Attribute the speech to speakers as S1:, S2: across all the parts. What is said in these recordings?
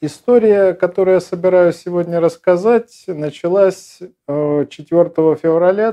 S1: История, которую я собираюсь сегодня рассказать, началась 4 февраля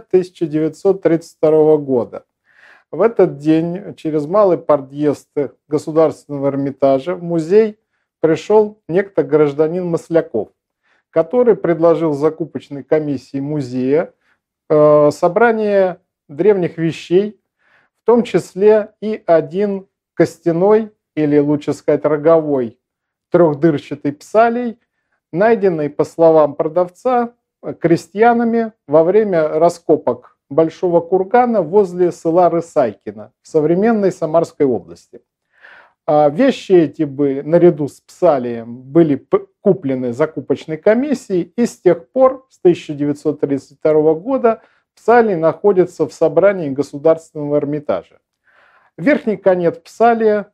S1: 1932 года. В этот день через малый подъезд Государственного Эрмитажа в музей пришел некто гражданин Масляков, который предложил закупочной комиссии музея собрание древних вещей, в том числе и один костяной, или лучше сказать роговой, трехдырчатый псалий, найденный, по словам продавца, крестьянами во время раскопок Большого кургана возле села Рысайкино в современной Самарской области. Вещи эти наряду с псалием были куплены закупочной комиссией, и с тех пор, с 1932 года, псалий находится в собрании Государственного Эрмитажа. Верхний конец псалия,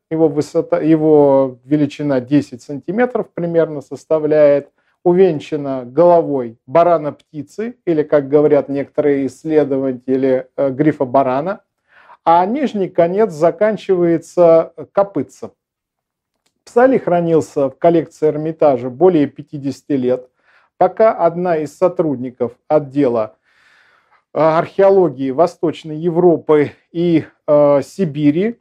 S1: его величина 10 сантиметров примерно составляет, увенчана головой барана-птицы, или, как говорят некоторые исследователи, грифа барана, а нижний конец заканчивается копытцем. Псалий хранился в коллекции Эрмитажа более 50 лет, пока одна из сотрудников отдела археологии Восточной Европы и Сибири,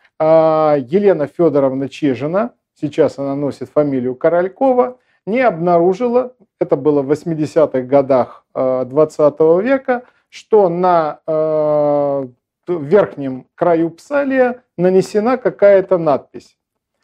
S1: Елена Федоровна Чежина, сейчас она носит фамилию Королькова, не обнаружила, это было в 80-х годах 20 века, что на верхнем краю псалия нанесена какая-то надпись.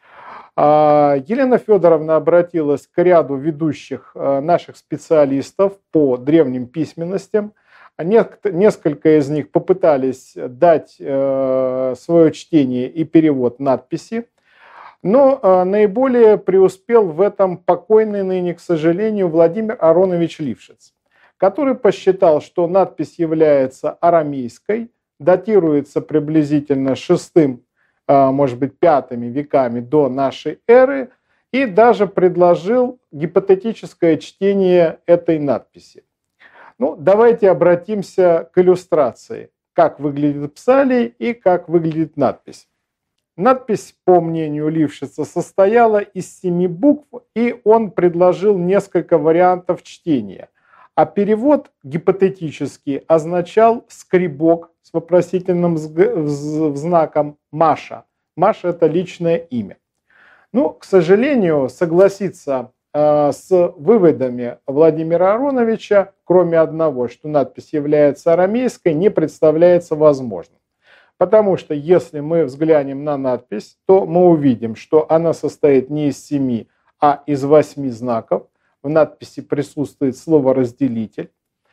S1: Елена Федоровна обратилась к ряду ведущих наших специалистов по древним письменностям. Несколько из них попытались дать свое чтение и перевод надписи, но наиболее преуспел в этом покойный ныне, к сожалению, Владимир Аронович Лившиц, который посчитал, что надпись является арамейской, датируется приблизительно 6, может быть, 5 веками до нашей эры, и даже предложил гипотетическое чтение этой надписи. Ну, давайте обратимся к иллюстрации, как выглядит псалий и как выглядит надпись. Надпись, по мнению Лившица, состояла из 7 букв, и он предложил несколько вариантов чтения. А перевод гипотетически означал скребок с вопросительным знаком «Маша». Маша – это личное имя. Ну, к сожалению, согласиться с выводами Владимира Ароновича, кроме одного, что надпись является арамейской, не представляется возможным. Потому что если мы взглянем на надпись, то мы увидим, что она состоит не из 7, а из 8 знаков. В надписи присутствует слово «разделитель».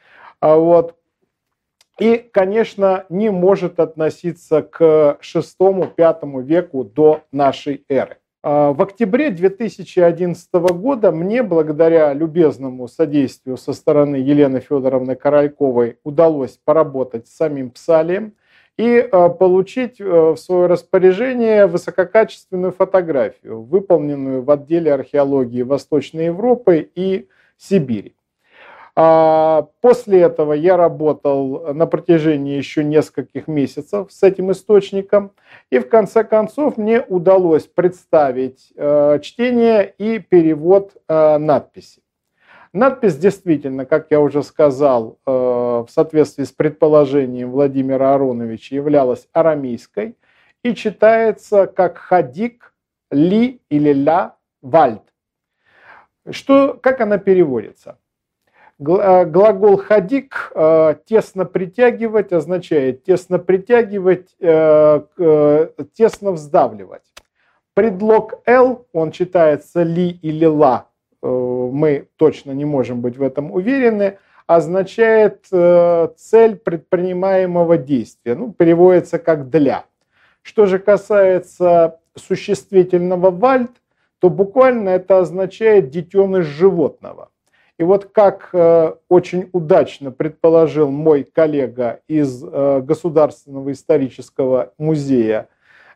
S1: И, конечно, не может относиться к VI-V веку до нашей эры. В октябре 2011 года мне, благодаря любезному содействию со стороны Елены Федоровны Корольковой, удалось поработать с самим псалием и получить в свое распоряжение высококачественную фотографию, выполненную в отделе археологии Восточной Европы и Сибири. После этого я работал на протяжении еще нескольких месяцев с этим источником, и в конце концов мне удалось представить чтение и перевод надписи. Надпись действительно, как я уже сказал, в соответствии с предположением Владимира Ароновича, являлась арамейской и читается как «хадик», «ли» или «ля», «вальд». Как она переводится? Глагол «хадик» «тесно притягивать» означает тесно притягивать, тесно вздавливать. Предлог «л», он читается «ли» или «ла», мы точно не можем быть в этом уверены, означает цель предпринимаемого действия, переводится как «для». Что же касается существительного «вальд», то буквально это означает детеныш животного. И вот как очень удачно предположил мой коллега из Государственного исторического музея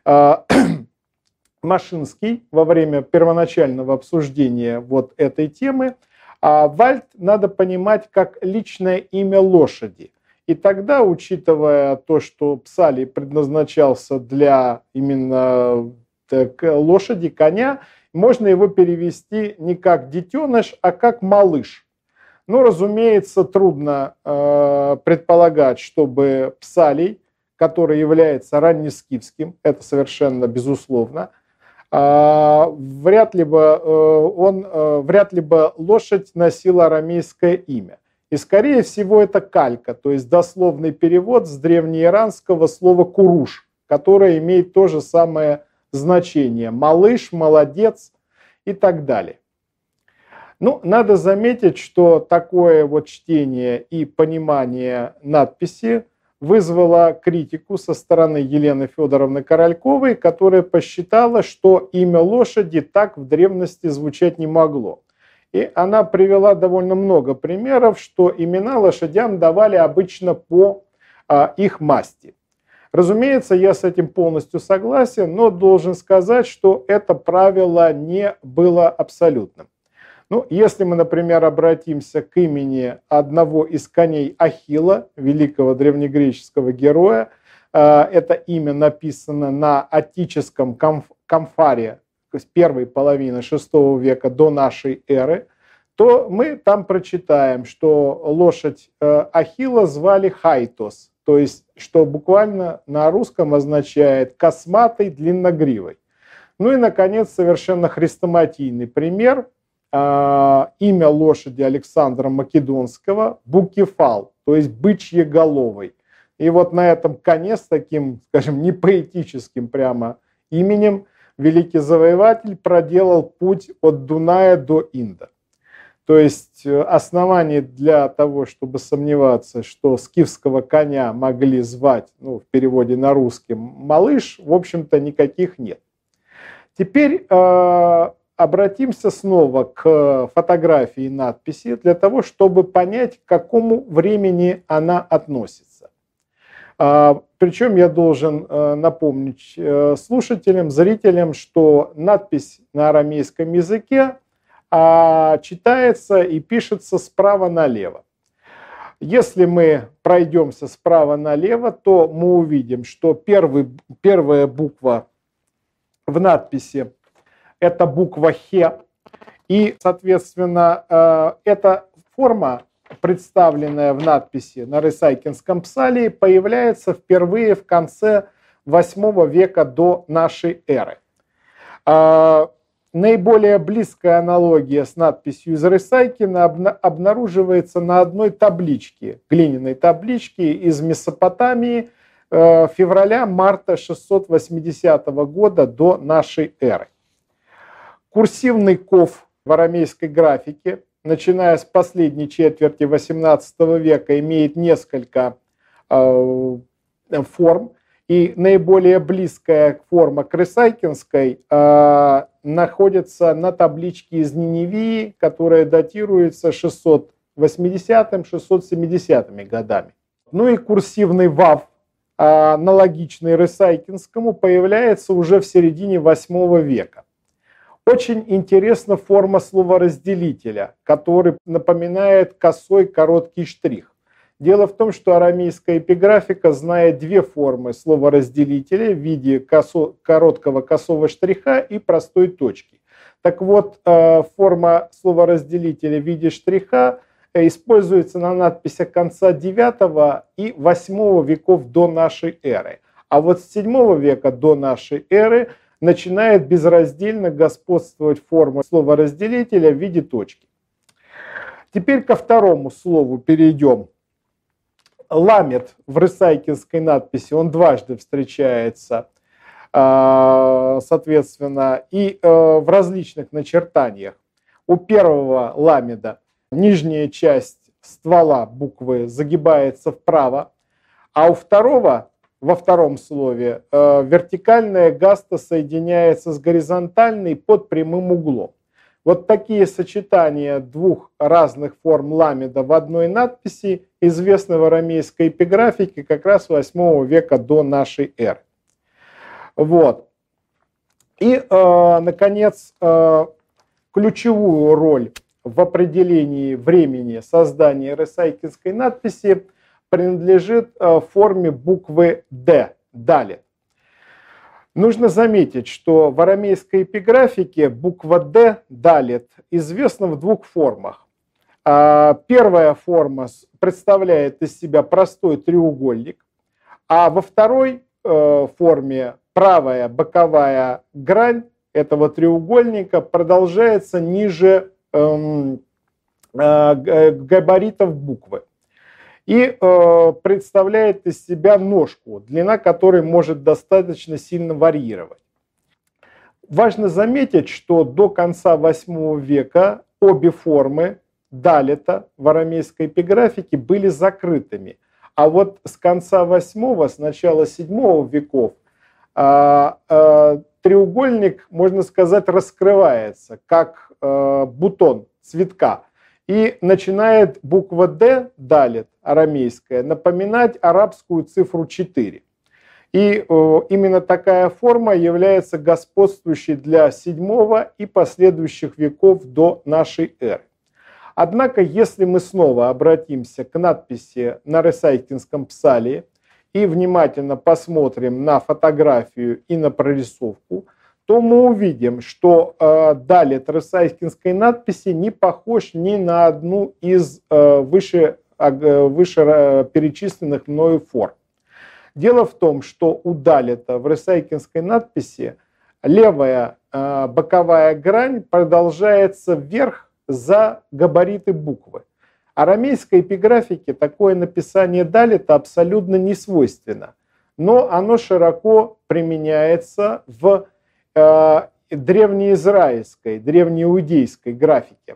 S1: Машинский во время первоначального обсуждения вот этой темы, вальд надо понимать как личное имя лошади. И тогда, учитывая то, что псалий предназначался для именно лошади, коня, Можно его перевести не как детеныш, а как малыш. Ну, разумеется, трудно предполагать, чтобы Псалий, который является раннескифским, это совершенно безусловно, вряд ли бы лошадь носила арамейское имя. И, скорее всего, это калька, то есть дословный перевод с древнеиранского слова «куруш», которое имеет то же самое значение – малыш, молодец и так далее. Ну, надо заметить, что такое вот чтение и понимание надписи вызвало критику со стороны Елены Федоровны Корольковой, которая посчитала, что имя лошади так в древности звучать не могло. И она привела довольно много примеров, что имена лошадям давали обычно по их масти. Разумеется, я с этим полностью согласен, но должен сказать, что это правило не было абсолютным. Ну, если мы, например, обратимся к имени одного из коней Ахилла, великого древнегреческого героя, это имя написано на аттическом камфаре, то есть первой половины VI века до нашей эры, то мы там прочитаем, что лошадь Ахилла звали Хайтос, то есть, что буквально на русском означает «косматый, длинногривый». Ну и, наконец, совершенно хрестоматийный пример – имя лошади Александра Македонского Букефал, то есть бычьеголовый. И вот на этом коне с таким, скажем, непоэтическим прямо именем великий завоеватель проделал путь от Дуная до Инда. То есть оснований для того, чтобы сомневаться, что скифского коня могли звать, ну, в переводе на русский, малыш, в общем-то, никаких нет. Теперь обратимся снова к фотографии и надписи для того, чтобы понять, к какому времени она относится. Причем я должен напомнить слушателям, зрителям, что надпись на арамейском языке читается и пишется справа налево. Если мы пройдемся справа налево, то мы увидим, что первая буква в надписи – это буква «Хе», и, соответственно, эта форма, представленная в надписи на Рысайкинском псалии, появляется впервые в конце VIII века до нашей эры. Наиболее близкая аналогия с надписью из Рысайкина обнаруживается на одной табличке, глиняной табличке из Месопотамии февраля-марта 680 года до нашей эры. Курсивный ков в арамейской графике, начиная с последней четверти XVIII века, имеет несколько форм, и наиболее близкая форма к рысайкинской находится на табличке из Ниневии, которая датируется 680-670 годами. Ну и курсивный вав, аналогичный рысайкинскому, появляется уже в середине VIII века. Очень интересна форма словоразделителя, который напоминает косой короткий штрих. Дело в том, что арамейская эпиграфика знает две формы словоразделителя в виде короткого косого штриха и простой точки. Так вот, форма словоразделителя в виде штриха используется на надписях конца IX и VIII веков до нашей эры. А вот с VII века до нашей эры начинает безраздельно господствовать форма словоразделителя в виде точки. Теперь ко второму слову перейдем. Ламет в рысайкинской надписи, он дважды встречается, соответственно, и в различных начертаниях. У первого ламеда нижняя часть ствола буквы загибается вправо, а у второго, во втором слове, вертикальная гаста соединяется с горизонтальной под прямым углом. Вот такие сочетания двух разных форм ламеда в одной надписи известны в арамейской эпиграфике как раз VIII века до нашей эры. Вот. И, наконец, ключевую роль в определении времени создания рысайкинской надписи принадлежит форме буквы «Д» – «далит». Нужно заметить, что в арамейской эпиграфике буква «Д» «далит» известна в двух формах. Первая форма представляет из себя простой треугольник, а во второй форме правая боковая грань этого треугольника продолжается ниже габаритов буквы и представляет из себя ножку, длина которой может достаточно сильно варьировать. Важно заметить, что до конца VIII века обе формы далита в арамейской эпиграфике были закрытыми, а вот с конца VIII, с начала VII веков треугольник, можно сказать, раскрывается, как бутон цветка. И начинает буква «Д», далит, арамейская, напоминать арабскую цифру 4. И именно такая форма является господствующей для VII и последующих веков до нашей эры. Однако, если мы снова обратимся к надписи на Ресайкинском псалии и внимательно посмотрим на фотографию и на прорисовку, то мы увидим, что далит ресайкинской надписи не похож ни на одну из выше перечисленных мною форм. Дело в том, что у далита в ресайкинской надписи левая боковая грань продолжается вверх за габариты буквы. Арамейской эпиграфике такое написание далита абсолютно не свойственно, но оно широко применяется в древнеизраильской, древнеиудейской графике.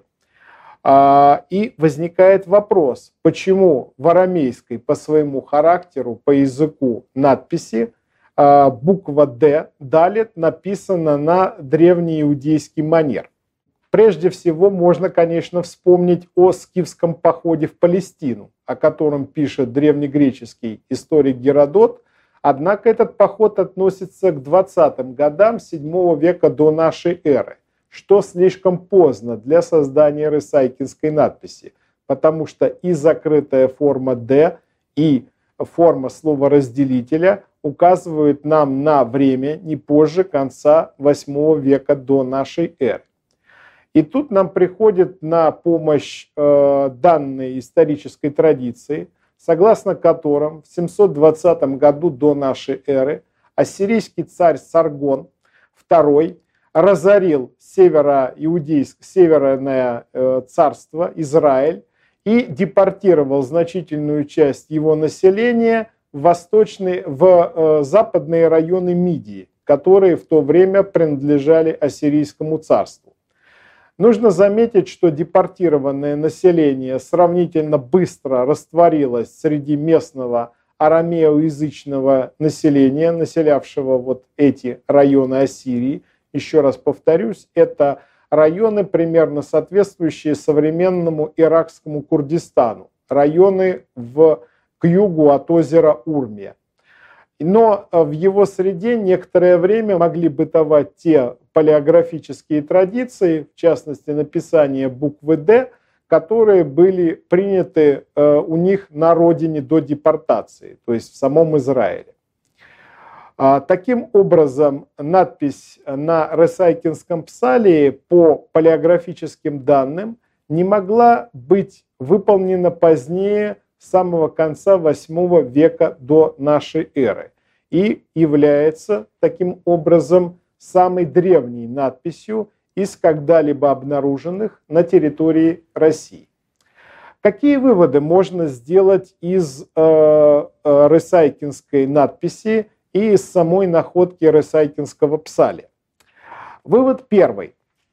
S1: И возникает вопрос, почему в арамейской по своему характеру, по языку надписи буква «Д», далит, написана на древнеиудейский манер. Прежде всего, можно, конечно, вспомнить о скифском походе в Палестину, о котором пишет древнегреческий историк Геродот. Однако этот поход относится к 20-м годам VII века до нашей эры, что слишком поздно для создания ресайкинской надписи, потому что и закрытая форма «Д», и форма слова-разделителя указывают нам на время не позже конца VIII века до нашей эры. И тут нам приходит на помощь данные исторической традиции, согласно которым в 720 году до нашей эры ассирийский царь Саргон II разорил северное царство Израиль и депортировал значительную часть его населения в западные районы Мидии, которые в то время принадлежали ассирийскому царству. Нужно заметить, что депортированное население сравнительно быстро растворилось среди местного арамеоязычного населения, населявшего вот эти районы Ассирии. Еще раз повторюсь, это районы, примерно соответствующие современному иракскому Курдистану, районы к югу от озера Урмия. Но в его среде некоторое время могли бытовать те палеографические традиции, в частности написание буквы «Д», которые были приняты у них на родине до депортации, то есть в самом Израиле. Таким образом, надпись на Ресайкинском псалии по палеографическим данным не могла быть выполнена позднее самого конца VIII века до нашей эры и является таким образом самой древней надписью из когда-либо обнаруженных на территории России. Какие выводы можно сделать из ресайкинской надписи и из самой находки Ресайкинского псалия? Вывод первый.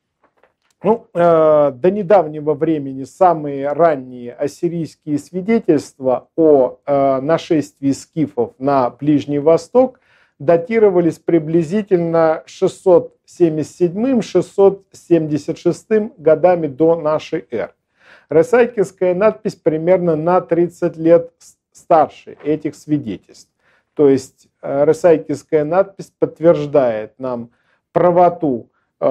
S1: До недавнего времени самые ранние ассирийские свидетельства о нашествии скифов на Ближний Восток датировались приблизительно 677-676 годами до нашей эры. Ресайкинская надпись примерно на 30 лет старше этих свидетельств. То есть ресайкинская надпись подтверждает нам правоту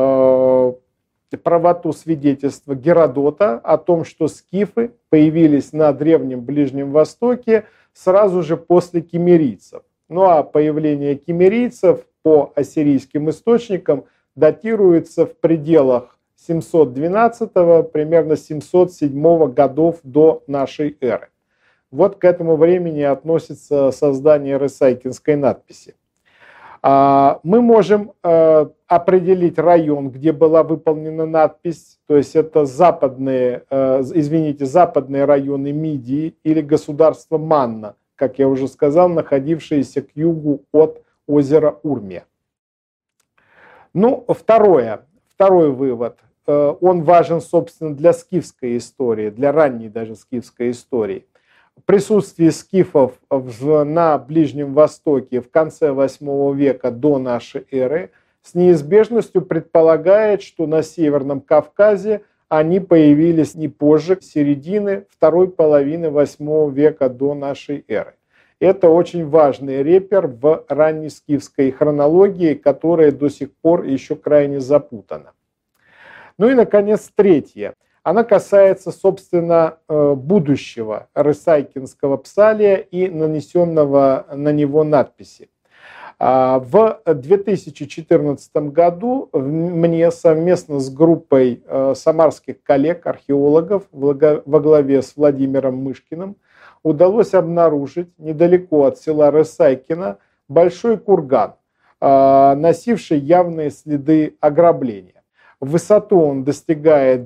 S1: свидетельства Геродота о том, что скифы появились на Древнем Ближнем Востоке сразу же после киммерийцев. Ну а появление киммерийцев по ассирийским источникам датируется в пределах 712 примерно 707 годов до нашей эры. Вот к этому времени относится создание рысайкинской надписи. Мы можем определить район, где была выполнена надпись, то есть это западные районы Мидии или государство Манна, как я уже сказал, находившиеся к югу от озера Урмия. Ну, второй вывод. Он важен, собственно, для скифской истории, для ранней даже скифской истории. Присутствие скифов на Ближнем Востоке в конце VIII века до нашей эры с неизбежностью предполагает, что на Северном Кавказе они появились не позже середины второй половины VIII века до нашей эры. Это очень важный репер в раннескифской хронологии, которая до сих пор еще крайне запутана. Ну и, наконец, третье. Она касается, собственно, будущего рысайкинского псалия и нанесенного на него надписи. В 2014 году мне совместно с группой самарских коллег-археологов во главе с Владимиром Мышкиным удалось обнаружить недалеко от села Рысайкино большой курган, носивший явные следы ограбления. В высоту он достигает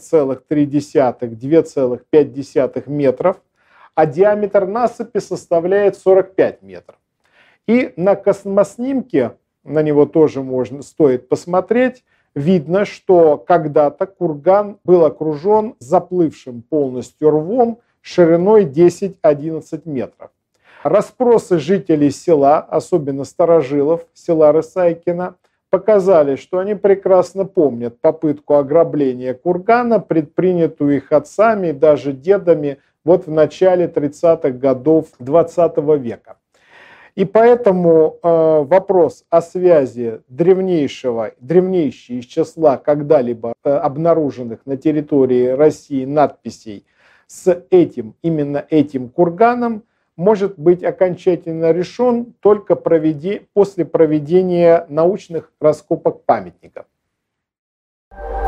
S1: 2,3-2,5 метров, а диаметр насыпи составляет 45 метров. И на космоснимке, на него тоже стоит посмотреть, видно, что когда-то курган был окружен заплывшим полностью рвом шириной 10-11 метров. Расспросы жителей села, особенно старожилов села Рысайкино, показали, что они прекрасно помнят попытку ограбления кургана, предпринятую их отцами и даже дедами вот в начале 30-х годов XX века. И поэтому вопрос о связи древнейшей из числа когда-либо обнаруженных на территории России надписей с именно этим курганом может быть окончательно решен только после проведения научных раскопок памятников.